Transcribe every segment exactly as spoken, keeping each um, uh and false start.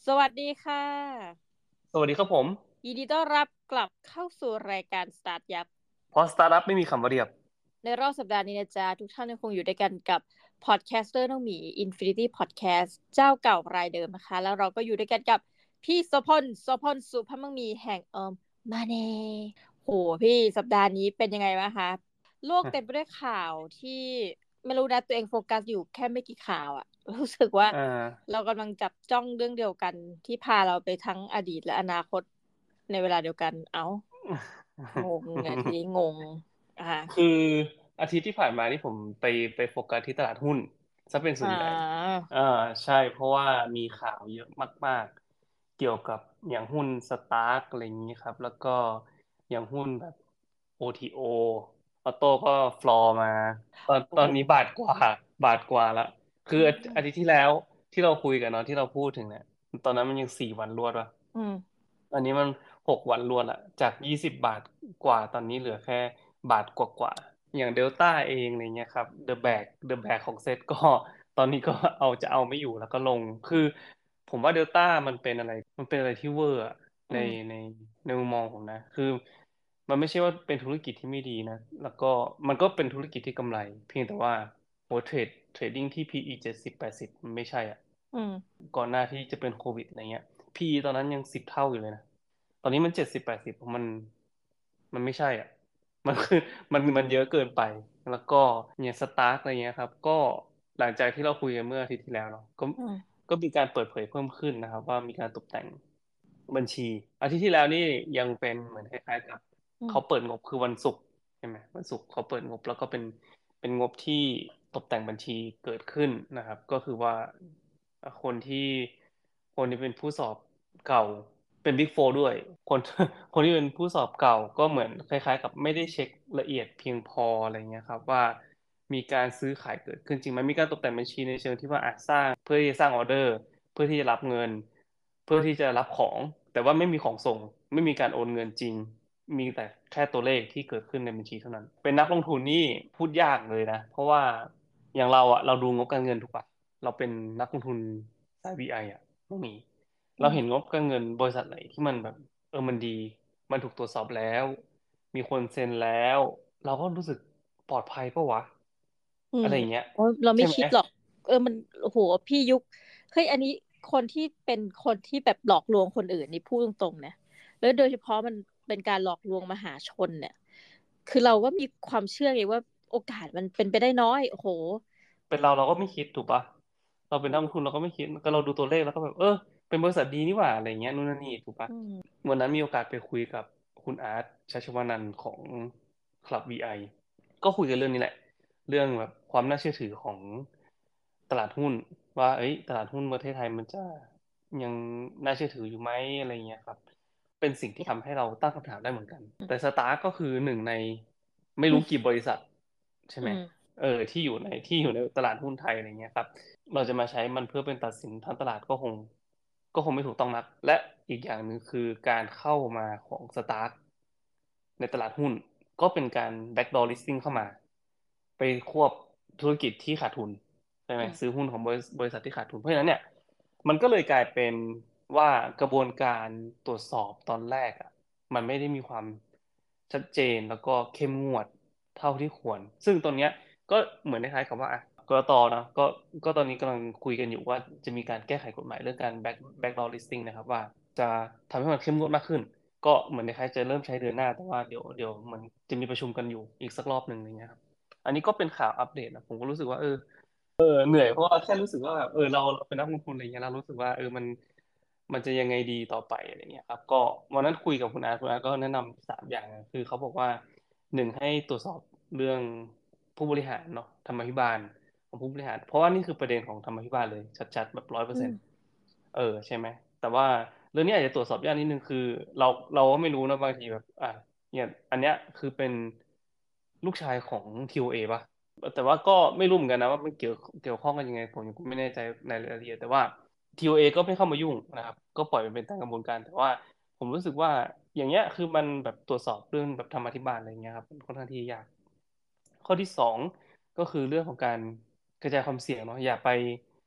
สวัสดีค่ะสวัสดีครับผมยินดีต้อนรับกลับเข้าสู่รายการสตาร์ทยับเพราะสตาร์ทอัพไม่มีคำว่าเรียบในรอบสัปดาห์นี้นะจ๊ะทุกท่านยังคงอยู่ด้วยกันกับพอดแคสเตอร์น้องหมี Infinity Podcast เจ้าเก่ารายเดิมนะคะแล้วเราก็อยู่ด้วยกันกับพี่โสพลโสพลสุภมังมีแห่งเอิมมาเน่โหพี่สัปดาห์นี้เป็นยังไงบ้างคะโลกเต็มไปด้วยข่าวที่ไม่รู้นะตัวเองโฟกัสอยู่แค่ไม่กี่ข่าวอะรู้สึกว่าอ่าเรากำลังจับจ้องเรื่องเดียวกันที่พาเราไปทั้งอดีตและอนาคต ในเวลาเดียวกัน เอ้างงไงทีนี้งงอ่าคืออาทิตย์ที่ผ่านมานี่ผมไปไปโฟกัสที่ตลาดหุ้นซะเป็นส่อ่วนใหญ่าอ่าใช่เพราะว่ามีข่าวเยอะมากๆเกี่ยวกับอย่างหุ้นสตาร์กอะไรอย่างนี้ครับแล้วก็อย่างหุ้นแบบ โอ ที โอ อทีโอออโต้ก็ฟลอร์มาตอนโอ้โหตอนนี้บาทกว่าบาทกว่าละคืออือาอาทิตย์มที่แล้วที่เราคุยกันเนาะที่เราพูดถึงเนี่ยตอนนั้นมันยังสี่วันรวดวะอืมอันนี้มันหกวันรวดอะจากยี่สิบบาทกว่าตอนนี้เหลือแค่บาทกว่าๆอย่างเดลต้าเองอะไรเงี้ยครับเดอะแบกเดอะแบกของเซ็ตก็ตอนนี้ก็เอาจะเอาไม่อยู่แล้วก็ลงคือผมว่าเดลต้ามันเป็นอะไรมันเป็นอะไรที่เวอร์อะในอืมในในมุมมองผมนะคือมันไม่ใช่ว่าเป็นธุรกิจที่ไม่ดีนะแล้วก็มันก็เป็นธุรกิจที่กำไรเพียงแต่ว่าโหเทรดเทรดดิ้งที่ พี อี เจ็ดสิบแปดสิบมันไม่ใช่อ่ะอืมก่อนหน้าที่จะเป็นโควิดอะไรเงี้ยพีตอนนั้นยังสิบเท่าอยู่เลยนะตอนนี้มันเจ็ดสิบแปดสิบมันมันไม่ใช่อ่ะมันคือมันมันเยอะเกินไปแล้วก็เนี่ยสตาร์กอะไรเงี้ยครับก็หลังจากที่เราคุยกันเมื่ออาทิตย์ที่แล้วเนาะก็อืมก็มีการเปิดเผยเพิ่มขึ้นนะครับว่ามีการตกแต่งบัญชีอาทิตย์ที่แล้วนี่ยังเป็นเหมือนคล้ายๆกับเขาเปิอืมดงบคือวันศุกร์ใช่ไหมวันศุกร์เขาเปิดงบแล้วก็เป็นเป็นงบที่ตกแต่งบัญชีเกิดขึ้นนะครับก็คือว่า คนที่คนที่เป็นผู้สอบเก่าเป็นบิ๊กโฟร์ด้วยคนคนที่เป็นผู้สอบเก่าก็เหมือนคล้ายๆกับไม่ได้เช็คละเอียดเพียงพออะไรเงี้ยครับว่ามีการซื้อขายเกิดขึ้นจริงไหมมีการตกแต่งบัญชีในเชิงที่ว่าอาจสร้างเพื่อที่จะสร้างออเดอร์เพื่อที่จะรับเงินเพื่อที่จะรับของแต่ว่าไม่มีของส่งไม่มีการโอนเงินจริงมีแต่แค่ตัวเลขที่เกิดขึ้นในบัญชีเท่านั้นเป็นนักลงทุนนี่พูดยากเลยนะเพราะว่าอย่างเราอะเราดูงบการเงินถูกปะ เราเป็นนักลงทุนสาย วี ไอ ออ่ะต้องมีเราเห็นงบการเงินบริษัทไหนที่มันแบบเออมันดีมันถูกตรวจสอบแล้วมีคนเซ็นแล้วเราก็รู้สึกปลอดภัยปะวะอืมอะไรอย่างเงี้ยโอ้เราไม่ใช่ไหมคิดหรอกเออมันโอ้โหพี่ยุคเฮ้ยอันนี้คนที่เป็นคนที่แบบหลอกลวงคนอื่นนี่พูดตรงๆนะแล้วโดยเฉพาะมันเป็นการหลอกลวงมหาชนเนี่ยคือเราก็มีความเชื่อไงว่าโอกาสมันเป็นไปได้น้อยโอ้โหเป็นเราเราก็ไม่คิดถูกปะเราเป็นนักลงทุนเราก็ไม่คิดก็เราดูตัวเลขแล้วก็แบบเออเป็นบริษัทดีนี่หว่าอะไรเงี้ยนู่นนั่นนี่ถูกปะอืมวันนั้นมีโอกาสไปคุยกับคุณอาร์ตชัชวานันท์ของคลับ วี ไอ ก็คุยกันเรื่องนี้แหละ เรื่องแบบความน่าเชื่อถือของตลาดหุ้นว่าเอ้ยตลาดหุ้นประเทศไทยมันจะยังน่าเชื่อถืออยู่ไหมอะไรเงี้ยครับเป็นสิ่งที่ทำให้เราตั้งคำถามได้เหมือนกันแต่สตาร์ก็คือหนึ่งในไม่รู้กี่บริษัทใช่ไหมอืมเออที่อยู่ในที่อยู่ในตลาดหุ้นไทยอะไรเงี้ยครับเราจะมาใช้มันเพื่อเป็นตัดสินทางตลาดก็คงก็คงไม่ถูกต้องนักและอีกอย่างหนึ่งคือการเข้ามาของสตาร์ในตลาดหุ้น ก็เป็นการ backdoor listing เข้ามาไปควบธุรกิจที่ขาดทุนใช่ไหมอืมซื้อหุ้นของบริบริษัทที่ขาดทุนเพราะฉะนั้นเนี่ยมันก็เลยกลายเป็นว่ากระบวนการตรวจสอบตอนแรกอ่ะมันไม่ได้มีความชัดเจนแล้วก็เข้มงวดเท่าที่ควรซึ่งตรงเนี้ยก็เหมือนคล้ายๆกับว่าอ่ะกรตนะก็ก็ตอนนี้กำลังคุยกันอยู่ว่าจะมีการแก้ไขกฎหมายเรื่องการ back backdoor listing นะครับว่าจะทำให้มันเข้มงวดมากขึ้น ก็เหมือนในคล้ายๆจะเริ่มใช้เดือนหน้าแต่ว่าเดี๋ยวเดี๋ยวมันจะมีประชุมกันอยู่อีกสักรอบหนึ่งอะไรเงี้ยครับอันนี้ก็เป็นข่าวอัปเดตนะผมก็รู้สึกว่าเออเหนื่อยเพราะว่าแค่รู้สึกว่าแบบเออเราเราเป็นนักลงทุนอะไรเงี้ยเรารู้สึกว่าเออมันมันจะยังไงดีต่อไปอะไรเงี้ยครับก็วันนั้นคุยกับคุณอาร์ตคุณอาร์ตก็แนะนำสามอย่างนะคือเขาบอกว่าหนึ่งให้ตรวจสอบเรื่องผู้บริหารเนาะธรรมาภิบาลของผู้บริหารเพราะว่านี่คือประเด็นของธรรมาภิบาลเลยชัดๆแบบร้อยเปอร์เซ็นต์อืมเออใช่ไหมแต่ว่า เรื่องนี้อาจจะตรวจสอบยากนิดนึงคือเราเราก็ไม่รู้นะบางทีแบบอ่ะเนี่ยอันเนี้ยคือเป็นลูกชายของ ที โอ เอ ป่ะแต่ว่าก็ไม่รู้เหมือนกันนะว่ามันเกี่ยวเกี่ยวข้องกันยังไงผมยังไม่แน่ใจในรายละเอียดแต่ว่า ที โอ เอ ก็ไม่เข้ามายุ่งนะครับก็ปล่อยมันเป็นตามกระบวนการแต่ว่าผมรู้สึกว่าอย่างเงี้ยคือมันแบบตรวจสอบเรื่องแบบธรรมาภิบาลอะไรเงี้ยครับมันค่อนข้างที่ยากข้อที่สองก็คือเรื่องของการกระจายความเสี่ยงเนาะอย่าไป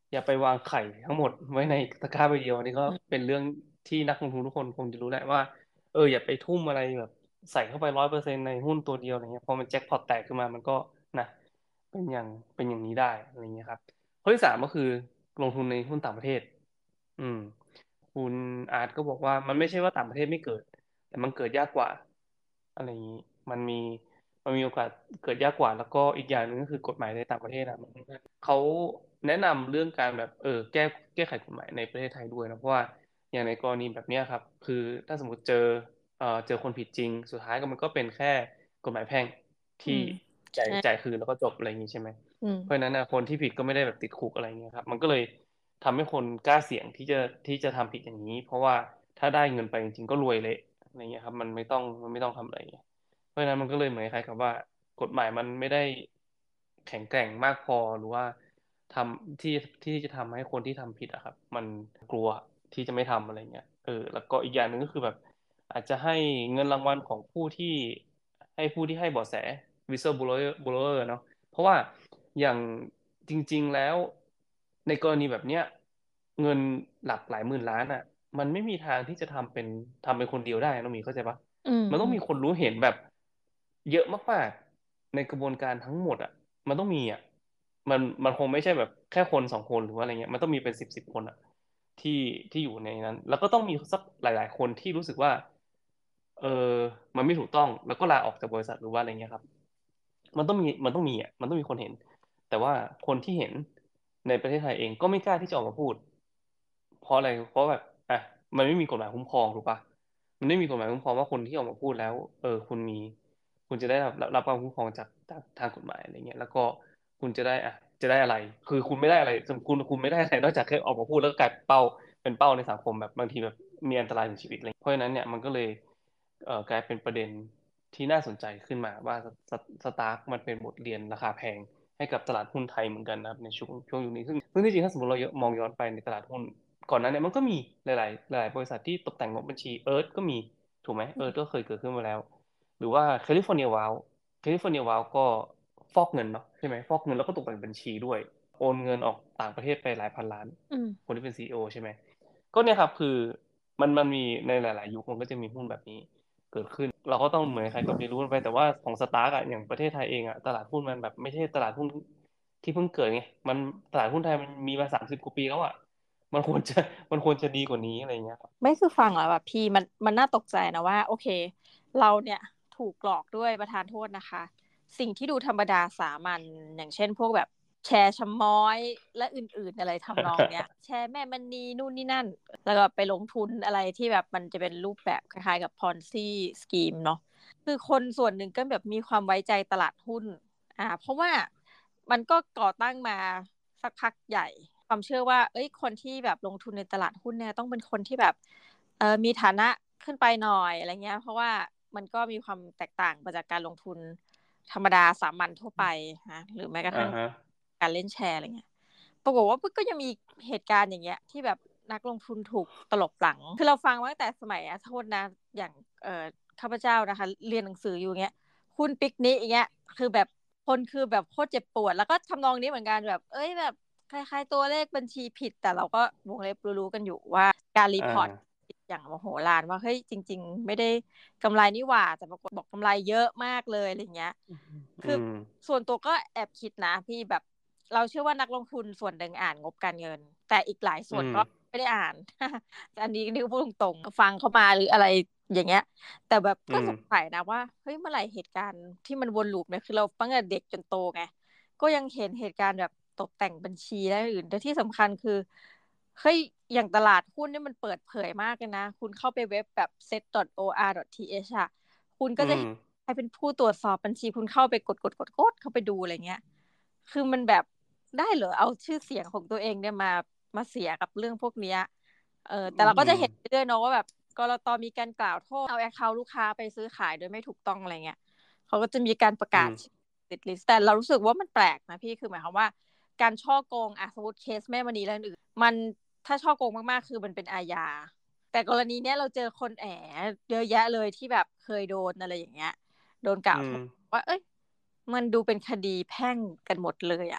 อย่าไปวางไข่ทั้งหมดไว้ในตะกร้าใบเดียวอันนี้ก็เป็นเรื่องที่นักลงทุนทุกคนคงจะรู้แหละว่าเอออย่าไปทุ่มอะไรแบบใส่เข้าไปร้อยเปอร์เซ็นต์ในหุ้นตัวเดียวอะไรเงี้ยพอมันแจ็คพอตแตกขึ้นมามันก็นะเป็นอย่างเป็นอย่างนี้ได้อะไรเงี้ยครับข้อที่สามก็คือลงทุนในหุ้นต่างประเทศอืมคุณอาร์ตก็บอกว่ามันไม่ใช่ว่าต่างประเทศไม่เกิดแต่มันเกิดยากกว่าอะไรอย่างนี้มันมีมันมีโอกาสเกิดยากกว่าแล้วก็อีกอย่างหนึ่งก็คือกฎหมายในต่างประเทศอะมันเขาแนะนำเรื่องการแบบเออแก้แก้ไขกฎหมายในประเทศไทยด้วยนะเพราะว่าอย่างในกรณีแบบเนี้ยครับคือถ้าสมมติเจอเอ่อเจอคนผิดจริงสุดท้ายก็มันก็เป็นแค่กฎหมายแพ่งที่จ่ายจ่ายคืนแล้วก็จบอะไรอย่างนี้ใช่ไหม เพราะฉะนั้นนะคนที่ผิดก็ไม่ได้แบบติดคุกอะไรเงี้ยครับมันก็เลยทำให้คนกล้าเสี่ยงที่จะที่จะทำผิดอย่างนี้เพราะว่าถ้าได้เงินไปจริงๆก็รวยเละอะไรเงี้ยครับมันไม่ต้องมันไม่ต้องทำอะไรเพราะฉะนั้นมันก็เลยเหมือนคล้ายๆกับว่ากฎหมายมันไม่ได้แข็งแกร่งมากพอหรือว่าทำที่ที่จะทำให้คนที่ทำผิดอะครับมันกลัวที่จะไม่ทำอะไรเงี้ยเออแล้วก็อีกอย่างหนึ่งก็คือแบบอาจจะให้เงินรางวัลของผู้ที่ให้ผู้ที่ให้เบาะแส whistleblower blower เนาะ เพราะว่าอย่างจริงๆแล้วในกรณีแบบเนี้ยเงินหลักหลายหมื่นล้านอ่ะมันไม่มีทางที่จะทำเป็นทำเป็นคนเดียวได้น้องหมีเข้าใจปะมันต้องมีคนรู้เห็นแบบเยอะมากๆในกระบวนการทั้งหมดอ่ะมันต้องมีอ่ะมันมันคงไม่ใช่แบบแค่คนสองคนหรือว่าอะไรเงี้ยมันต้องมีเป็นสิบสิบคนอ่ะที่ที่อยู่ในนั้นแล้วก็ต้องมีสักหลายๆคนที่รู้สึกว่าเออมันไม่ถูกต้องแล้วก็ลาออกจากบริษัทหรือว่าอะไรเงี้ยครับ มันต้องมีมันต้องมีอ่ะมันต้องมีคนเห็นแต่ว่าคนที่เห็นในประเทศไทยเองก็ไม่กล้าที่จะออกมาพูดเพราะอะไรเพราะแบบอ่ะมันไม่มีกฎหมายคุ้มครองถูกปะมันไม่มีกฎหมายคุ้มครองว่าคนที่ออกมาพูดแล้วเออคุณมีคุณจะได้รับรับรับความคุ้มครองจากจากทางกฎหมายอะไรเงี้ยแล้วก็คุณจะได้อ่ะจะได้อะไรคือคุณไม่ได้อะไรสมคุณคุณไม่ได้อะไรนอกจากแค่ออกมาพูดแล้วก็กลายเป็นเป้าเป็นเป้าในสังคมแบบบางทีแบบมีอันตรายถึงชีวิตอะไรเพราะฉะนั้นเนี่ยมันก็เลยเอ่อกลายเป็นประเด็น ที่น่าสนใจขึ้นมาว่าสสตาร์กมันเป็นบทเรียนราคาแพงให้กับตลาดหุ้นไทยเหมือนกันนะครับในช่วงช่วงยุคนี้ซึ่งซึ่งที่จริงถ้าสมมติเรามองย้อนไปในตลาดหุ้นก่อนหน้านี้มันก็มีหลายๆหลายๆบริษัทที่ตกแต่งงบบัญชีเอิร์ธก็มีถูกไหมเอิร์ธก็เคยเกิดขึ้นมาแล้วหรือว่าแคลิฟอร์เนียวาลแคลิฟอร์เนียวาลก็ฟอกเงินเนาะใช่ไหมฟอกเงินแล้วก็ตกแต่งบัญชีด้วยโอนเงินออกต่างประเทศไปหลายพันล้านคนที่เป็นซีอีโอใช่ไหมก็เนี่ยครับคือมันมันมีในหลายๆยุคมันก็จะมีหุ้นแบบนี้ เกิดขึ้นเราก็ต้องเหมือนใครกับเรียนรู้กันไปแต่ว่าของสตาร์กอะอย่างประเทศไทยเองอะตลาดหุ้นมันแบบไม่ใช่ตลาดหุ้นที่เพิ่งเกิดไงมันตลาดหุ้นไทยมันมีมาสามสิบกว่าปีแล้วอะมันควรจะมันควรจะดีกว่านี้อะไรเงี้ยครับไม่คือฟังแล้วแบบพี่มันมันน่าตกใจนะว่าโอเคเราเนี่ยถูกหลอกด้วยประธานโทษนะคะสิ่งที่ดูธรรมดาสามัญอย่างเช่นพวกแบบแชร์ชะม้อยและอื่นๆอะไรทำนองเนี้ย แชร์แม่มณีนู่นนี่นั่นแล้วก็ไปลงทุนอะไรที่แบบมันจะเป็นรูปแบบคล้ายๆกับพอนซี่สกีมเนาะคือคนส่วนหนึ่งก็แบบมีความไว้ใจตลาดหุ้นอ่าเพราะว่ามันก็ก่อตั้งมาสักพักใหญ่ความเชื่อว่าเอ้ยคนที่แบบลงทุนในตลาดหุ้นเนี่ยต้องเป็นคนที่แบบเออมีฐานะขึ้นไปหน่อยอะไรเงี้ยเพราะว่ามันก็มีความแตกต่างไปจากการลงทุนธรรมดาสามัญทั่วไปนะหรือแม้กระทั่งการเล่นแชร์อะไรเงี้ยปรากฏว่าก็ยังมีเหตุการณ์อย่างเงี้ยที่แบบนักลงทุนถูกตลบหลังคือเราฟังมาตั้งแต่สมัยโทษนะอย่างเอ่อข้าพเจ้านะคะเรียนหนังสืออยู่เงี้ยหุ้นปิกนิกอย่างเงี้ยคือแบบคนคือแบบโคตรเจ็บปวดแล้วก็ทำนองนี้เหมือนกันแบบเอ้ยแบบคล้ายๆตัวเลขบัญชีผิดแต่เราก็วงเล็บรู้ๆกันอยู่ว่าการรีพอร์ตอย่างมโหฬารว่าเฮ้ยจริงๆไม่ได้กำไรนี่หว่าแต่ปรากฏบอกกำไรเยอะมากเลยอะไรเงี้ยคือส่วนตัวก็แอบคิดนะพี่แบบเราเชื่อว่านักลงทุนส่วนหนึ่งอ่านงบการเงินแต่อีกหลายส่วนก็ไม่ได้อ่าน อันนี้นี่พูดตรงๆฟังเข้ามาหรืออะไรอย่างเงี้ยแต่แบบก็สงสัยนะว่าเฮ้ยเมื่อไหร่เหตุการณ์ที่มันวนลูปเนี่ยคือเราตั้งแต่เด็กจนโตไงก็ยังเห็นเหตุการณ์แบบตกแต่งบัญชีและอื่นแต่ที่สำคัญคือเฮ้ยอย่างตลาดหุ้นเนี่ยมันเปิดเผยมากเลยนะคุณเข้าไปเว็บแบบ เซ็ต ดอท โอ อาร์ ดอท ที เอช อะคุณก็จะเห็นใครเป็นผู้ตรวจสอบบัญชีคุณเข้าไปกดกดกดกดเข้าไปดูอะไรเงี้ยคือมันแบบได้เหรอเอาชื่อเสียงของตัวเองเนี่ยมามาเสียกับเรื่องพวกเนี้ยเออแต่เราก็จะเห็นเรื่อยๆเนาะว่าแบบกลตมีการกล่าวโทษเอาแอคเคาท์ลูกค้าไปซื้อขายโดยไม่ถูกต้องอะไรเงี้ยเขาก็จะมีการประกาศติดลิสต์แต่เรารู้สึกว่ามันแปลกนะพี่คือหมายความว่าการฉ้อโกงอ่ะสมมติเคสแม่มณีและอื่นมันถ้าฉ้อโกงมากๆคือมันเป็นอาญาแต่กรณีเนี้ยเราเจอคนแอบเยอะแยะเลยที่แบบเคยโดนอะไรอย่างเงี้ยโดนกล่าวโทษว่าเอ้ยมันดูเป็นคดีแพ่งกันหมดเลยอ่ะ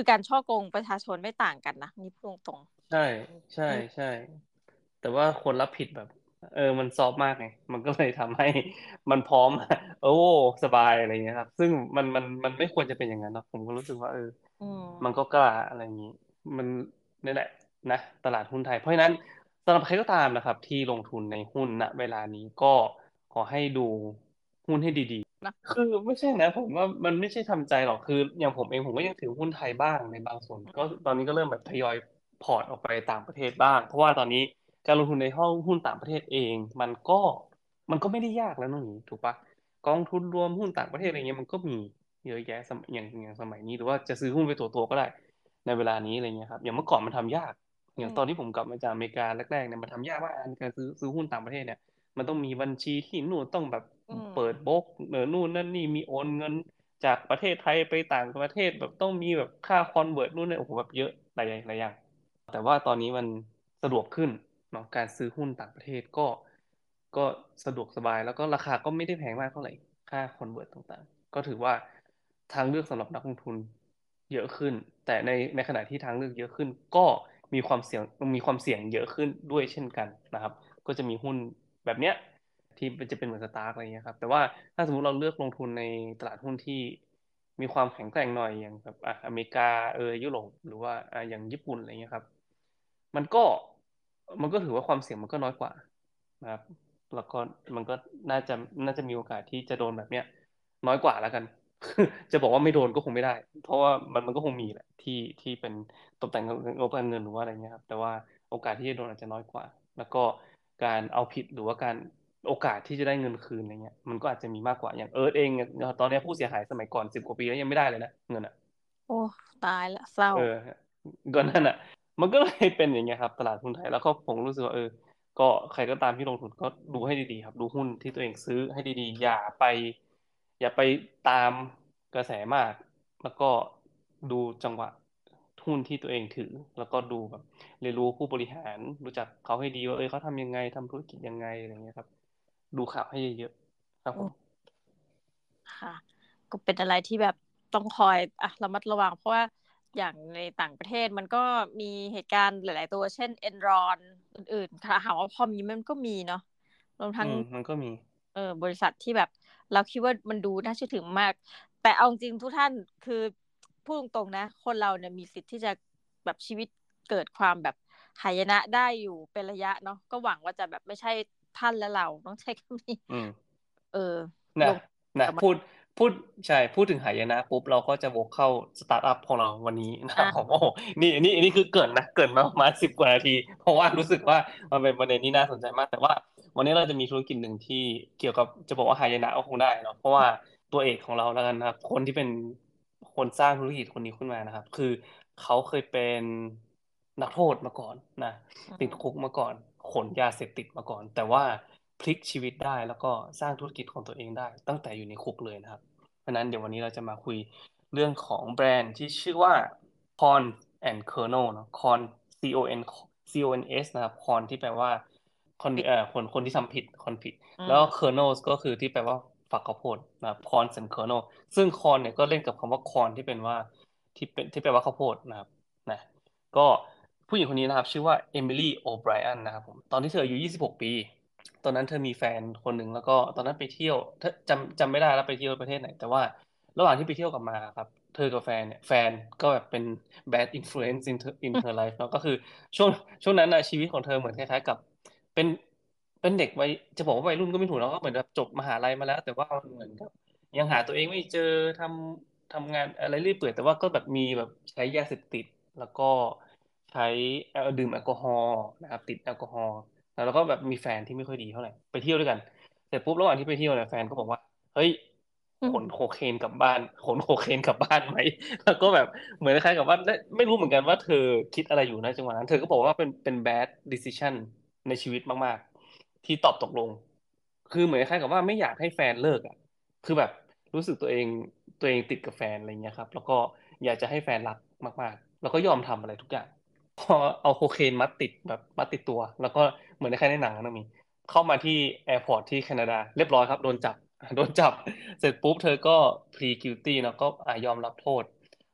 คือการช่อโกงประชาชนไม่ต่างกันนะนี่พูดตรงใช่ใช่ๆอืมใช่แต่ว่าคนรับผิดแบบ เออมันซอฟต์มากไงมันก็เลยทำให้มันพร้อม โอ้สบายอะไรเงี้ยครับซึ่งมันมันมันไม่ควรจะเป็นอย่างนั้นเนาะผมก็รู้สึกว่าเอออืมมันก็กล้าอะไรอย่างนี้มันนี่แหละนะตลาดหุ้นไทยเพราะฉะนั้นสำหรับใครก็ตามนะครับที่ลงทุนในหุ้นณเวลานี้ก็ขอให้ดูหุ้นให้ดีๆนะคือไม่ใช่นะผมว่ามันไม่ใช่ทำใจหรอกคืออย่างผมเองผมก็ยังถือหุ้นไทยบ้างในบางส่วนก็ตอนนี้ก็เริ่มแบบทยอยพอร์ตออกไปต่างประเทศบ้างเพราะว่าตอนนี้การลงทุนในห้องหุ้นต่างประเทศเองมันก็มันก็ไม่ได้ยากแล้วน้องหนีถูกปะกองทุนรวมหุ้นต่างประเทศอะไรเงี้ยมันก็มีเยอะแยะสมัยอย่างอย่างสมัยนี้หรือว่าจะซื้อหุ้นไปตัวตัวก็ได้ในเวลานี้อะไรเงี้ยครับอย่างเมื่อก่อนมันทำยากอย่างตอนที่ผมกลับมาจากอเมริกาแรกๆเนี่ยมันทำยากมากการซื้อซื้อหุ้นต่างประเทศเนี่ย มันต้องมีบัญชีที่นู่นต้องแบบอืมเปิดโบกเออนู่นนั่นนี่มีโอนเงินจากประเทศไทยไปต่างประเทศแบบต้องมีแบบค่าคอนเวิร์ตนู่นนี่โอ้โหแบบเยอะหลายอย่างหลายอย่างแต่ว่าตอนนี้มันสะดวกขึ้นเนาะการซื้อหุ้นต่างประเทศก็ก็สะดวกสบายแล้วก็ราคาก็ไม่ได้แพงมากเท่าไหร่ค่าคอนเวิร์ตต่างๆก็ถือว่าทางเลือกสำหรับนักลงทุนเยอะขึ้นแต่ในในขณะที่ทางเลือกเยอะขึ้นก็มีความเสี่ยงมีความเสี่ยงเยอะขึ้นด้วยเช่นกันนะครับก็จะมีหุ้นแบบเนี้ย ที่มันจะเป็นเหมือนสตาร์กอะไรเงี้ยครับแต่ว่าถ้าสมมติเราเลือกลงทุนในตลาดหุ้นที่มีความแข็งแกร่งหน่อยอย่างแบบอ่ะอเมริกาเออยุโรปหรือว่าอ่ะอย่างญี่ปุ่นอะไรเงี้ยครับมันก็มันก็ถือว่าความเสี่ยงมันก็น้อยกว่านะครับแล้วก็มันก็น่าจะน่าจะมีโอกาสที่จะโดนแบบเนี้ยน้อยกว่าแล้วกันจะบอกว่าไม่โดนก็คงไม่ได้เพราะว่ามันมันก็คงมีแหละที่ที่เป็นตกแต่งงบการเงินหรือว่าอะไรเงี้ยครับแต่ว่าโอกาสที่จะโดนอาจจะน้อยกว่าแล้วก็การเอาผิดหรือว่าการ โอกาสที่จะได้เงินคืนอะไรเงี้ยมันก็อาจจะมีมากกว่าอย่างเอิร์ธเองเนี่ยตอนนี้ผู้เสียหายสมัยก่อนสิบกว่าปีแล้วยังไม่ได้เลยนะเงินอ่ะโอ้ตายละเศร้าเออก็นั่นอ่ะมันก็เลยเป็นอย่างเงี้ยครับตลาดหุ้นไทยแล้วก็ผมรู้สึกว่าเออก็ใครก็ตามที่ลงทุนก็ดูให้ดีๆครับดูหุ้นที่ตัวเองซื้อให้ดีๆอย่าไปอย่าไปตามกระแสมากแล้วก็ดูจังหวะหุ้นที่ตัวเองถือแล้วก็ดูแบบเรียนรู้ผู้บริหารรู้จักเขาให้ดีว่าเออเขาทำยังไงทำธุรกิจยังไงอะไรเงี้ยครับดูข่าวให้เยอะๆครับผมอืมค่ะก็เป็นอะไรที่แบบต้องคอยอ่ะระมัดระวังเพราะว่าอย่างในต่างประเทศมันก็มีเหตุการณ์หลายๆตัวเช่นเอ็นรอนอื่นๆค่ะถามว่าพอมีมันก็มีเนาะรวมทั้งอืมมันก็มีเออบริษัทที่แบบเราคิดว่ามันดูน่าเชื่อถือมากแต่เอาจริงทุกท่านคือพูดตรงๆนะคนเราเนี่ยมีสิทธิ์ที่จะแบบชีวิตเกิดความแบบหายนะได้อยู่เป็นระยะเนาะก็หวังว่าจะแบบไม่ใช่ท่านและเราต้องใช้คำนี้อืมเออลนะงนะกับมันพูดพูดใช่พูดถึงหายนะปุ๊บเราก็จะวกเข้าสตาร์ทอัพของเราวันนี้นะอ่ะผมโอ้โหนี่นี่นี่คือเกรินนะเกรินมาประมาณสิบกว่านาทีเพราะว่ารู้สึกว่ามันเป็นประเด็นที่น่าสนใจมากแต่ว่าวันนี้เราจะมีธุรกิจหนึ่งที่เกี่ยวกับจะบอกว่าหายนะก็คงได้เนาะเพราะว่าตัวเอกของเราแล้วกันนะครับคนที่เป็นคนสร้างธุรกิจคนนี้ขึ้นมานะครับคือเขาเคยเป็นนักโทษมาก่อนนะอืติดคุกมมาก่อนขนยาเสพติดมาก่อน แต่ว่าพลิกชีวิตได้แล้วก็สร้างธุรกิจของตัวเองได้ตั้งแต่อยู่ในคุกเลยนะครับเพราะฉะนั้นเดี๋ยววันนี้เราจะมาคุยเรื่องของแบรนด์ที่ชื่อว่า Corn and Kernel เนอะ Corn C O N C O N S นะครับ Corn ที่แปลว่าคนปิดเอ่อคนคนที่ทำผิดคนผิดอืแล้วก็ม Kernels ก็คือที่แปลว่าฝักข้าวโพดนะครับ Corn and Kernel ซึ่ง Corn เนี่ยก็เล่นกับคำว่า Corn ที่เป็นว่าที่เป็นที่แปลว่าข้าวโพดนะครับนะ ก็ผู้หญิงคนนี้นะครับชื่อว่าเอมิลี่โอไบรอันนะครับผมตอนที่เธออายุยี่สิบหกปีตอนนั้นเธอมีแฟนคนหนึ่งแล้วก็ตอนนั้นไปเที่ยวเธอจำจำไม่ได้แล้วไปเที่ยวประเทศไหนแต่ว่าระหว่างที่ไปเที่ยวกลับมาครับเธอกับแฟนเนี่ยแฟนก็แบบเป็น bad influence in her in her life เนาะก็คือช่วงช่วงนั้นนะชีวิตของเธอเหมือนคล้ายๆกับเป็นเป็นเด็กวัยจะบอกว่าวัยรุ่นก็ไม่ถูกแล้วก็เหมือนแบบจบมหาลัยมาแล้วแต่ว่าเหมือนกับยังหาตัวเองไม่เจอทำทำงานอะไรเรื่อยเปื่อยแต่ว่าก็แบบมีแบบใช้ยาเสพติด แล้วก็ใช้แอลดื่มแอลกอฮอล์นะครับติดแอลกอฮอล์แล้วเราก็แบบมีแฟนที่ไม่ค่อยดีเท่าไหร่ไปเที่ยวด้วยกันเสร็จปุ๊บระหว่างที่ไปเที่ยวเนี่ยแฟนก็บอกว่าเฮ้ยอืมขนโคเคนกลับบ้านขนโคเคนกลับบ้านไหมแล้วก็แบบเหมือนคล้ายๆกับว่าไม่รู้เหมือนกันว่าเธอคิดอะไรอยู่นะจังหวะนั้นเธอก็บอกว่าเป็นเป็น bad decision ในชีวิตมากๆที่ตอบตกลงคือเหมือนคล้ายๆกับว่าไม่อยากให้แฟนเลิกอ่ะคือแบบรู้สึกตัวเองตัวเองติดกับแฟนอะไรเงี้ยครับแล้วก็อยากจะให้แฟนรักมากๆแล้วก็ยอมทำอะไรทุกอย่าง พอเอาโคเคนมัดติดแบบมัดติดตัวแล้วก็เหมือนในใครในหนังนะมีเข้ามาที่แอร์พอร์ตที่แคนาดาเรียบร้อยครับโดนจับโดนจับเสร็จปุ๊บเธอก็ พลี คิวตี้ เนาะก็อ่ะยอมรับโทษ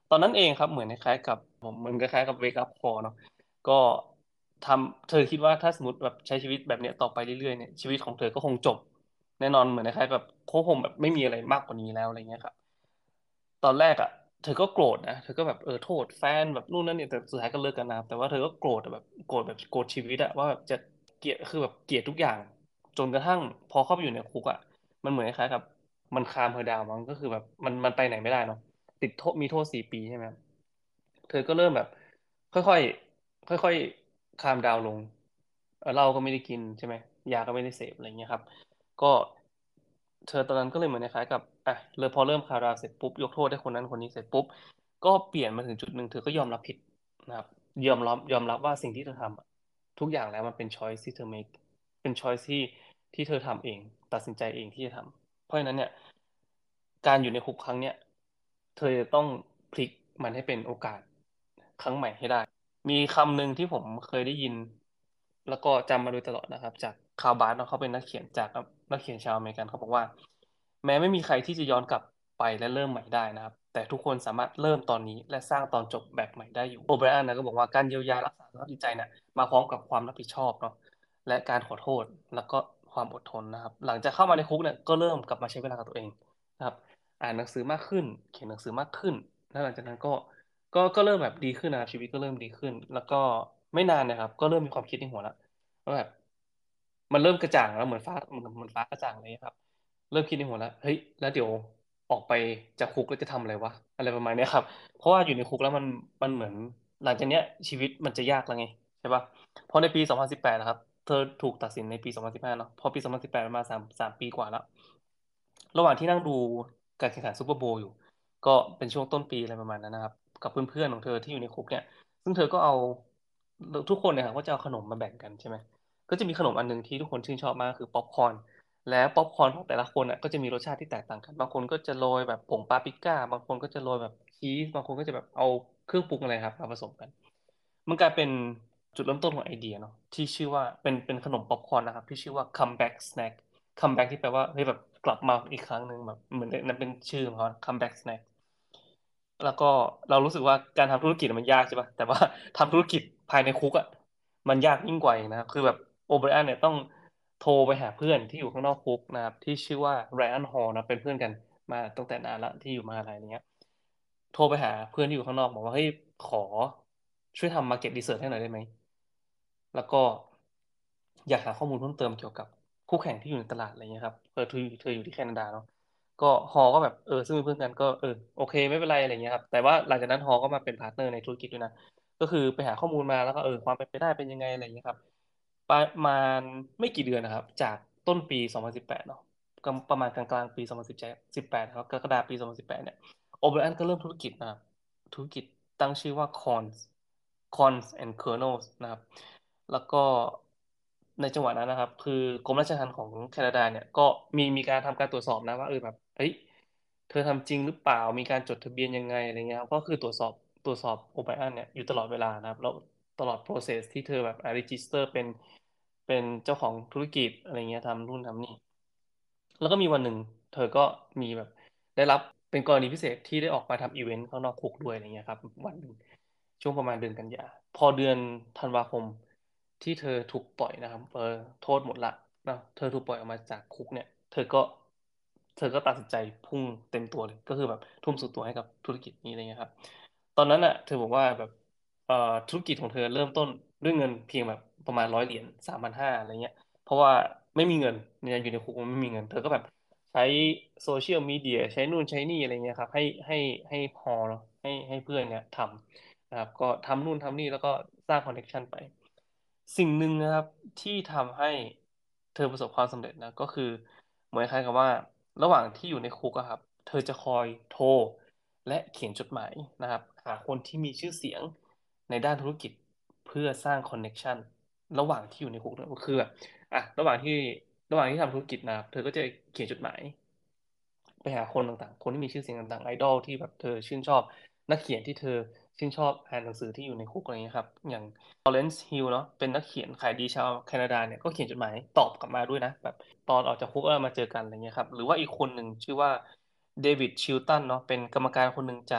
ตอนนั้นเองครับเหมือนคล้ายๆกับผมเหมือนคล้ายๆกับ Wake Up Call เนาะก็ทำเธอคิดว่าถ้าสมมติแบบใช้ชีวิตแบบเนี้ยต่อไปเรื่อยๆเนี่ยชีวิตของเธอก็คงจบแน่นอนเหมือนคล้ายๆแบบเขาคงแบบไม่มีอะไรมากกว่านี้แล้วอะไรเงี้ยครับตอนแรกอ่ะเธอก็โกรธนะเธอก็แบบเออโทษแฟนแบบนู่นนั่นเนี่ยแต่สุดท้ายก็เลิกกันนะแต่ว่าเธอก็โกรธอะแบบโกรธแบบโกรธชีวิตอะว่าแบบจะเกลียดคือแบบเกลียดทุกอย่างจนกระทั่งพอเข้าไปอยู่ในคุกอะมันเหมือนคล้ายๆกับมันคามเธอดาวมั้งก็คือแบบมันมันไปไหนไม่ได้เนาะ ติดโทษมีโทษสี่ปีใช่ไหมครับเธอก็เริ่มแบบค่อยๆค่อยๆคามดาวลงเอ่อเหล้าก็ไม่ได้กินใช่ไหมยาก็ไม่ได้เสพอะไรเงี้ยครับก็เธอตอนนั้นก็เลยเหมือนคล้ายๆกับอ่ะเลยพอเริ่มคามดาวเสร็จปุ๊บยกโทษให้คนนั้นคนนี้เสร็จปุ๊บก็เปลี่ยนมาถึงจุดหนึ่งเธอก็ยอมรับผิดนะครับยอมรับยอมรับว่าสิ่งที่เธอทำอะทุกอย่างแล้วมันเป็น choice ที่เธอ make เป็น choice ที่ที่เธอทำเองตัดสินใจเองที่จะทำเพราะฉะนั้นเนี่ยการอยู่ในคุกครั้งเนี้ย เธอจะต้องพลิกมันให้เป็นโอกาสครั้งใหม่ให้ได้ มีคำหนึ่งที่ผมเคยได้ยินแล้วก็จำมาโดยตลอดนะครับจากคาร์ลบาร์ตเนาะเขาเป็นนักเขียนจากนักเขียนชาวอเมริกันเขาบอกว่าแม้ไม่มีใครที่จะย้อนกลับไปและเริ่มใหม่ได้นะครับแต่ทุกคนสามารถเริ่มตอนนี้และสร้างตอนจบแบบใหม่ได้อยู่โอไบรอันนะก็บอกว่าการเยียวยารักษาสภาพจิตใจเนี่ยมาพร้อมกับความรับผิดชอบเนาะและการขอโทษแล้วก็ความอดทนนะครับหลังจากเข้ามาในคุกเนี่ยก็เริ่มกลับมาใช้เวลากับตัวเองนะครับอ่านหนังสือมากขึ้นเขียนหนังสือมากขึ้นแล้วหลังจากนั้นก็ ก็ก็เริ่มแบบดีขึ้นนะครับชีวิตก็เริ่มดีขึ้นแล้วก็ไม่นานนะครับก็เริ่มมีความคิดในหัวแล้วว่าแบบมันเริ่มกระจ่างแล้วเหมือนฟ้าเหมือนเหมือนฟ้ากระจ่างเลยครับเริ่มคิดในหัวแล้วเฮ้ยแล้วเดี๋ยวออกไปจากคุกแล้วจะทำอะไรวะอะไรประมาณเนี้ยครับเพราะว่าอยู่ในคุกแล้วมันมันเหมือนหลังจากเนี้ยชีวิตมันจะยากแล้วไงใช่ปะเพราะในปีสองพันสิบแปดนะครับเธอถูกตัดสินในปีสองพันสิบห้าเนาะพอปีสองพันสิบแปดมาสามสามปีกว่าแล้วระหว่างที่นั่งดูการแข่งขันซูเปอร์โบว์อยู่ ก็เป็นช่วงต้นปีอะไรประมาณนั้นนะครับกับเพื่อนๆของเธอที่อยู่ในคุกเนี่ยซึ่งเธอก็เอาทุกคนเนี่ยครับก็จะเอาขนมมาแบ่งกันใช่ไหมก็จะมีขนมอันหนึงที่ทุกคนชื่นชอบมากคือป๊อปคอร์นและป๊อปคอร์นของแต่ละคนอ่ะก็จะมีรสชาติที่แตกต่างกันบางคนก็จะโรยแบบผงปาปริก้าบางคนก็จะโรยแบบชีสบางคนก็จะแบบเอาเครื่องปรุงอะไรครับมาผสมกันมันกลายเป็นจุดเริ่มต้นของไอเดียเนาะที่ชื่อว่าเป็นเป็นขนมป๊อปคอร์นนะครับที่ชื่อว่า comeback snack comeback ที่แปลว่าเฮ้ยแบบกลับมาอีกครั้งหนึ่งแบบเหมือนนั่นเป็นชื่อของเขา comeback snack แล้วก็เรารู้สึกว่าการทำธุรกิจมันยากใช่ป่ะแต่ว่าทำธุรกิจภายในคุกอ่ะมันยากยิ่งกว่าอีกนะครับคือแบบโอเบรอันเนี่ยต้องโทรไปหาเพื่อนที่อยู่ข้างนอกคุกนะครับที่ชื่อว่าไรอันฮอลนะเป็นเพื่อนกันมาตั้งแต่นานละที่อยู่มหาลัยอะไรเงี้ยโทรไปหาเพื่อนที่อยู่ข้างนอกบอกว่าเฮ้ยขอช่วยทำมาร์เก็ตรีเสิร์ชให้หน่อยได้ไหม แล้วก็อยากหาข้อมูลเพิ่มเติมเกี่ยวกับคู่แข่งที่อยู่ในตลาดอะไรเงี้ยครับเออเธอเธออยู่ที่แคนาดาเนาะก็ฮอก็แบบเออซึ่งเป็นเพื่อนกันก็เออโอเคไม่เป็นไรอะไรเงี้ยครับแต่ว่าหลังจากนั้นฮอก็มาเป็นพาร์ทเนอร์ในธุรกิจด้วยนะก็คือไปหาข้อมูลมาแล้วก็เออความเป็นไปได้เป็นยังไงอะไรเงี้ยครับประมาณไม่กี่เดือนนะครับจากต้นปีสองพันสิบแปดเนาะก็ประมาณกลางๆปีสองพันสิบเจ็ดสิบแปดครับกรกฎาคมปีสองพันสิบแปดเนี่ยโอเบรอันก็เริ่มธุรกิจนะครับธุรกิจตั้งชื่อว่า Cons Cons and Kernels นะครับ แล้วก็ในจังหวะนั้นนะครับคือกรมราชทัณฑ์ของแคนาดาเนี่ยก็มีมีการทำการตรวจสอบนะว่าเออแบบเฮ้ยเธอทำจริงหรือเปล่ามีการจดทะเบียนยังไงอะไรเงี้ยครับก็คือตรวจสอบตรวจสอบโอไบอันเนี่ยอยู่ตลอดเวลานะครับแล้วตลอด process ที่เธอแบบ register เป็นเป็นเจ้าของธุรกิจอะไรเงี้ยทำนู่นทำนี่ แล้วก็มีวันหนึ่งเธอก็มีแบบได้รับเป็นกรณีพิเศษที่ได้ออกมาทำอีเวนต์ข้างนอกคุกด้วยอะไรเงี้ยครับวันหนึ่งช่วงประมาณเดือนกันยาพอเดือนธันวาคมที่เธอถูกปล่อยนะครับเออโทษหมดละนะเธอถูกปล่อยออกมาจากคุกเนี่ยเธอก็เธอก็ตัดสินใจพุ่งเต็มตัวเลยก็คือแบบทุ่มสุดตัวให้กับธุรกิจนี้อะไรเงี้ยครับตอนนั้นอ่ะเธอบอกว่าแบบเอ่อธุรกิจของเธอเริ่มต้นด้วยเงินเพียงแบบประมาณร้อยเหรียญสามพันห้าอะไรเงี้ย เพราะว่าไม่มีเงินเนี่ยอยู่ในคุกมันไม่มีเงินเธอก็แบบใช้โซเชียลมีเดียใช้นู่นใช้นี่อะไรเงี้ยครับให้ให้ให้พอเนาะให้ให้เพื่อนเนี่ยทำนะครับก็ทำนู่นทำนี่แล้วก็สร้างคอนเน c t ชันไปสิ่งหนึ่งนะครับที่ทำให้เธอประสบความสำเร็จนะก็คือเหมือนคล้ายกับว่าระหว่างที่อยู่ในคุกอะครับเธอจะคอยโทรและเขียนจดหมายนะครับหาคนที่มีชื่อเสียงในด้านธุรกิจเพื่อสร้างคอนเน c t ชันระหว่างที่อยู่ในคุกนะก็คือแบบ อ่ะระหว่างที่ระหว่างที่ทำธุรกิจนะครับเธอก็จะเขียนจดหมายไปหาคนต่างๆคนที่มีชื่อเสียงต่างๆไอดอลที่แบบเธอชื่นชอบนักเขียนที่เธอชื่นชอบอ่านหนังสือที่อยู่ในคุกอะไรเงี้ยครับอย่าง Lawrence Hill เนาะเป็นนักเขียนขายดีชาวแคนาดาเนี่ยก็เขียนจดหมายตอบกลับมาด้วยนะแบบตอนออกจากคุกแล้วมาเจอกันอะไรเงี้ยครับหรือว่าอีกคนหนึ่งชื่อว่าเดวิดชิลตันเนาะเป็นกรรมการคนหนึ่งจาก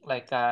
รายการ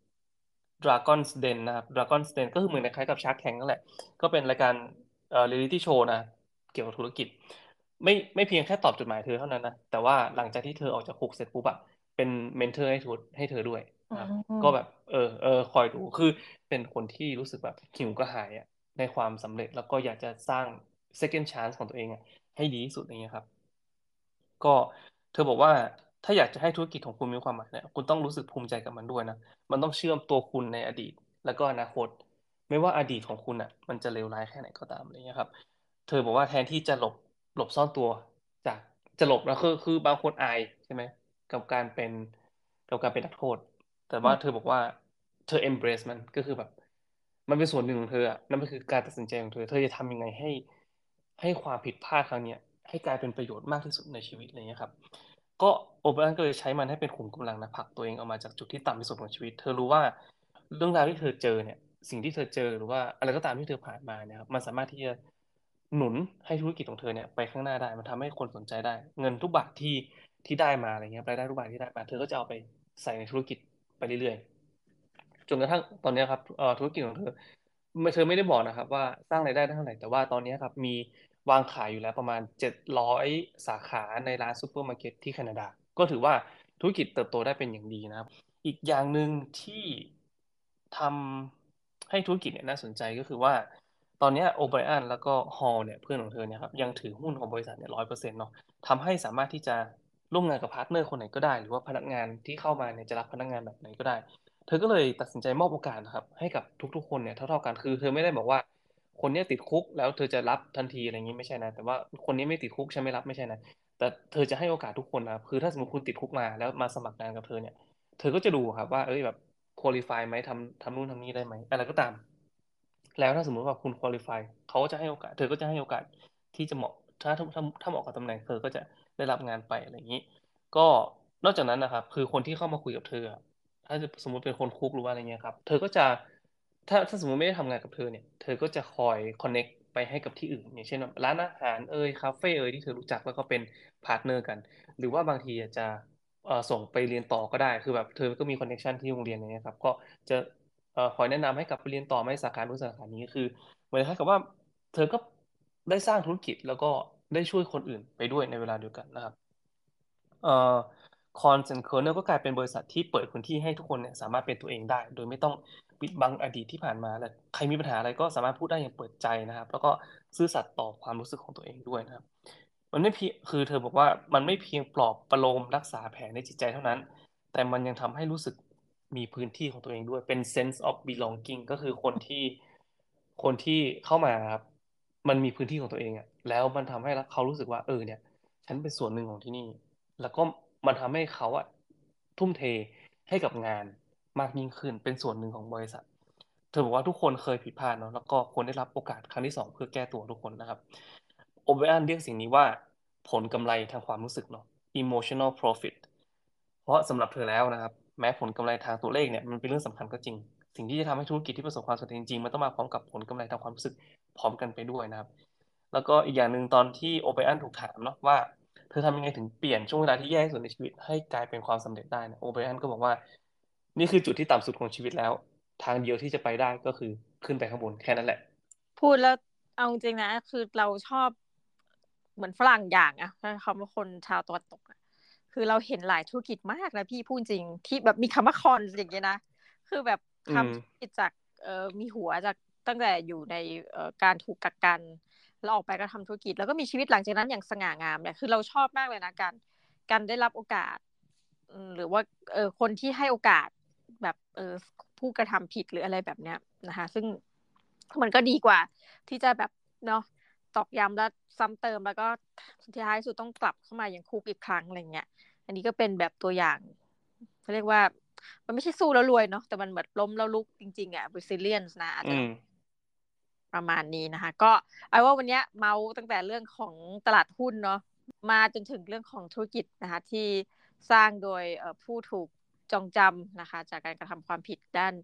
Dragon's Den นะครับ Dragon's Den ก็คือเหมือนคล้ายๆกับ Shark Tank นั่นแหละก็เป็นรายการเอ่อ reality show นะเกี่ยวกับธุรกิจไม่ไม่เพียงแค่ตอบจดหมายเธอเท่านั้นนะแต่ว่าหลังจากที่เธอออกจากคุกเสร็จปุ๊บอะเป็นเมนเทอร์ให้ทุให้เธอด้วยนะครับก็แบบเออเออคอยดูคือเป็นคนที่รู้สึกแบบหิวกระหายอะในความสำเร็จแล้วก็อยากจะสร้าง second chance ของตัวเองอะให้ดีที่สุดอย่างเงี้ยครับก็เธอบอกว่าถ้าอยากจะให้ธุรกิจของคุณมีความหมายเนี่ยคุณต้องรู้สึกภูมิใจกับมันด้วยนะมันต้องเชื่อมตัวคุณในอดีตแล้วก็อนาคตไม่ว่าอดีตของคุณอ่ะมันจะเลวร้ายแค่ไหนก็ตามอะไรเงี้ยครับเธอบอกว่าแทนที่จะหลบหลบซ่อนตัวจากจะหลบนะคือคือบางคนอายใช่ไหมกับการเป็นกับการเป็นนักโทษแต่ว่าเธอบอกว่าเธอ embrace มันก็คือแบบมันเป็นส่วนหนึ่งของเธออ่ะนั่นก็คือการตัดสินใจของเธอเธอจะทำยังไงให้ให้ความผิดพลาดครั้งเนี้ยให้กลายเป็นประโยชน์มากที่สุดในชีวิตอะไรเงี้ยครับก็โอเปอร์ก็เลยใช้มันให้เป็นขุมกำลังนะผลักตัวเองออกมาจากจุดที่ต่ำที่สุดของชีวิตเธอรู้ว่าเรื่องราวที่เธอเจอเนี่ยสิ่งที่เธอเจอหรือว่าอะไรก็ตามที่เธอผ่านมาเนี่ยครับมันสามารถที่จะหนุนให้ธุรกิจของเธอเนี่ยไปข้างหน้าได้มันทำให้คนสนใจได้เงินทุกบาทที่ที่ได้มาอะไรเงี้ยรายได้ทุกบาทที่ได้มาเธอก็จะเอาไปใส่ในธุรกิจไปเรื่อยๆจนกระทั่งตอนนี้ครับเอ่อธุรกิจของเธอไม่เธอไม่ได้บอกนะครับว่าสร้างรายได้เท่าไหร่แต่ว่าตอนนี้ครับมีวางขายอยู่แล้วประมาณเจ็ดร้อยสาขาในร้านซูเปอร์มาร์เก็ตที่แคนาดาก็ถือว่าธุรกิจเติบโตได้เป็นอย่างดีนะครับอีกอย่างหนึ่งที่ทำให้ธุรกิจเนี่ยน่าสนใจก็คือว่าตอนนี้โอไบรอันแล้วก็ฮอลเนี่ยเพื่อนของเธอเนี่ยครับยังถือหุ้นของบริษัทเนี่ยร้อยเปอร์เซ็นต์เนาะทำให้สามารถที่จะร่วมงานกับพาร์ทเนอร์คนไหนก็ได้หรือว่าพนักงานที่เข้ามาเนี่ยจะรับพนักงานแบบไหนก็ได้เธอก็เลยตัดสินใจมอบโอกาสนะครับให้กับทุกๆคนเนี่ยเท่าๆกันคือเธอไม่ได้บอกว่าคนนี้ติดคุกแล้วเธอจะรับทันทีอะไรอย่างนี้ไม่ใช่นะแต่ว่าคนนี้ไม่ติดคุกฉันไม่รับไม่ใช่นะแต่เธอจะให้โอกาสทุกคนนะครับคือถ้าสมมติคุณติดคุกมาแล้วมาสมัครงานกับเธอเนี่ยเธอก็จะดูครับว่าเอ้ยแบบคุริฟายไหมทำทำนู่นทำนี่ได้ไหมอะไรก็ตามแล้วถ้าสมมติว่าคุณคุริฟายเขาก็จะให้โอกาสเธอก็จะให้โอกาสที่จะเหมาะถ้าถ้าถ้าเหมาะกับตำแหน่งเธอก็จะได้รับงานไปอะไรอย่างนี้ก็นอกจากนั้นนะครับคือคนที่เข้ามาคุยกับเธอ ถ้าสมมติเป็นคนคุกหรือว่าอะไรเงี้ยครับเธอก็จะถ้าถ้าสมมติไม่ได้ทำงานกับเธอเนี่ยเธอก็จะคอยคอนเน็กไปให้กับที่อื่นอย่างเช่นร้านอาหารเอ่ยคาเฟ่เอ่ยที่เธอรู้จักแล้วก็เป็นพาร์ทเนอร์กันหรือว่าบางทีจะเอ่อส่งไปเรียนต่อก็ได้คือแบบเธอก็มีคอนเน็กชันที่โรงเรียนอย่างเงี้ยครับก็จะเอ่อคอยแนะนำให้กลับไปเรียนต่อไม่สาขานู้นสาขานี้คือเหมือนกับว่าเธอก็ได้สร้างธุรกิจแล้วก็ได้ช่วยคนอื่นไปด้วยในเวลาเดียวกันนะครับ เอ่อคอนเซนเคอร์เนอร์ก็กลายเป็นบริษัทที่เปิดพื้นที่ให้ทุกคนเนี่ยสามารถเป็นตัวเองได้โดยไม่ต้องปิดบังอดีตที่ผ่านมาและใครมีปัญหาอะไรก็สามารถพูดได้อย่างเปิดใจนะครับแล้วก็ซื่อสัตย์ต่อความรู้สึกของตัวเองด้วยนะครับมันไม่เพียงคือเธอบอกว่ามันไม่เพียงปลอบประโลมรักษาแผลในจิตใจเท่านั้นแต่มันยังทำให้รู้สึกมีพื้นที่ของตัวเองด้วยเป็น sense of belonging ก็คือคนที่คนที่เข้ามาครับมันมีพื้นที่ของตัวเองอะแล้วมันทำให้เขารู้สึกว่าเออเนี่ยฉันเป็นส่วนหนึ่งของที่นี่ แล้วก็มันทำให้เขาอะทุ่มเทให้กับงานมากยิ่งขึ้นเป็นส่วนหนึ่งของบริษัทเธอบอกว่าทุกคนเคยผิดพลาดเนาะแล้วก็ควรได้รับโอกาสครั้งที่สองเพื่อแก้ตัวทุกคนนะครับโอเบอันเรียกสิ่งนี้ว่าผลกำไรทางความรู้สึกเนาะ emotional profit เพราะสำหรับเธอแล้วนะครับแม้ผลกำไรทางตัวเลขเนี่ยมันเป็นเรื่องสำคัญก็จริงสิ่งที่จะทำให้ธุรกิจที่ประสบความสำเร็จจริงๆมันต้องมาพร้อมกับผลกำไรทางความรู้สึกพร้อมกันไปด้วยนะครับแล้วก็อีกอย่างหนึ่งตอนที่โอเบอันถูกถามเนาะว่า เธอทำยังไงถึงเปลี่ยนช่วงเวลาที่แย่ที่สุดในชีวิตให้กลายเป็นความสำเร็จได้นะโอเบรอันก็บอกว่านี่คือจุดที่ต่ำสุดของชีวิตแล้วทางเดียวที่จะไปได้ก็คือขึ้นไปข้างบนแค่นั้นแหละพูดแล้วเอาจริงนะคือเราชอบเหมือนฝรั่งอย่างอะถ้าเขาเป็นคนชาวตะวันตกอะคือเราเห็นหลายธุรกิจมากนะพี่พูดจริงที่แบบมีคำว่าคอนอย่างเงี้ยนะคือแบบอืมทำธุรกิจจากเอ่อมีหัวจากตั้งแต่อยู่ในเอ่อการถูกกักกันแล้วออกไปก็ทำธุรกิจแล้วก็มีชีวิตหลังจากนั้นอย่างสง่างามเนี่ยคือเราชอบมากเลยนะการการได้รับโอกาสหรือว่าเออคนที่ให้โอกาสแบบเออผู้กระทำผิดหรืออะไรแบบเนี้ยนะคะซึ่งมันก็ดีกว่าที่จะแบบเนาะตอกย้ำแล้วซ้ำเติมแล้วก็สุดท้ายสุดต้องกลับเข้ามาอย่างคุกอีกครั้งอะไรเงี้ยอันนี้ก็เป็นแบบตัวอย่างเขาเรียกว่ามันไม่ใช่สู้แล้วรวยเนาะแต่มันเหมือนล้มแล้วลุกจริงๆอ่ะ resilience นะอาจจะต้องอืมประมาณนี้นะคะก็เอาว่าวันนี้เมาตั้งแต่เรื่องของตลาดหุ้นเนาะมาจนถึงเรื่องของธุรกิจนะคะที่สร้างโดยผู้ถูกจองจำนะคะจากการกระทำความผิดด้าน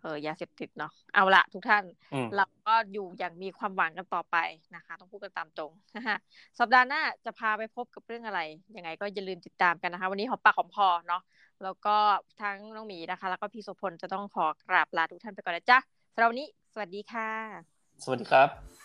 ออยาเสพติดเนาะเอาละทุกท่านอืมเราก็อยู่อย่างมีความหวังกันต่อไปนะคะต้องพูดกันตามตรง สัปดาห์หน้าจะพาไปพบกับเรื่องอะไรยังไงก็อย่าลืมติดตามกันนะคะวันนี้หอมปากหอมคอเนาะแล้วก็ทั้งน้องหมีนะคะแล้วก็พี่โสพลจะต้องขอกราบลาทุกท่านไปก่อนนะจ๊ะสำหรับวันนี้สวัสดีค่ะสวัสดีครับ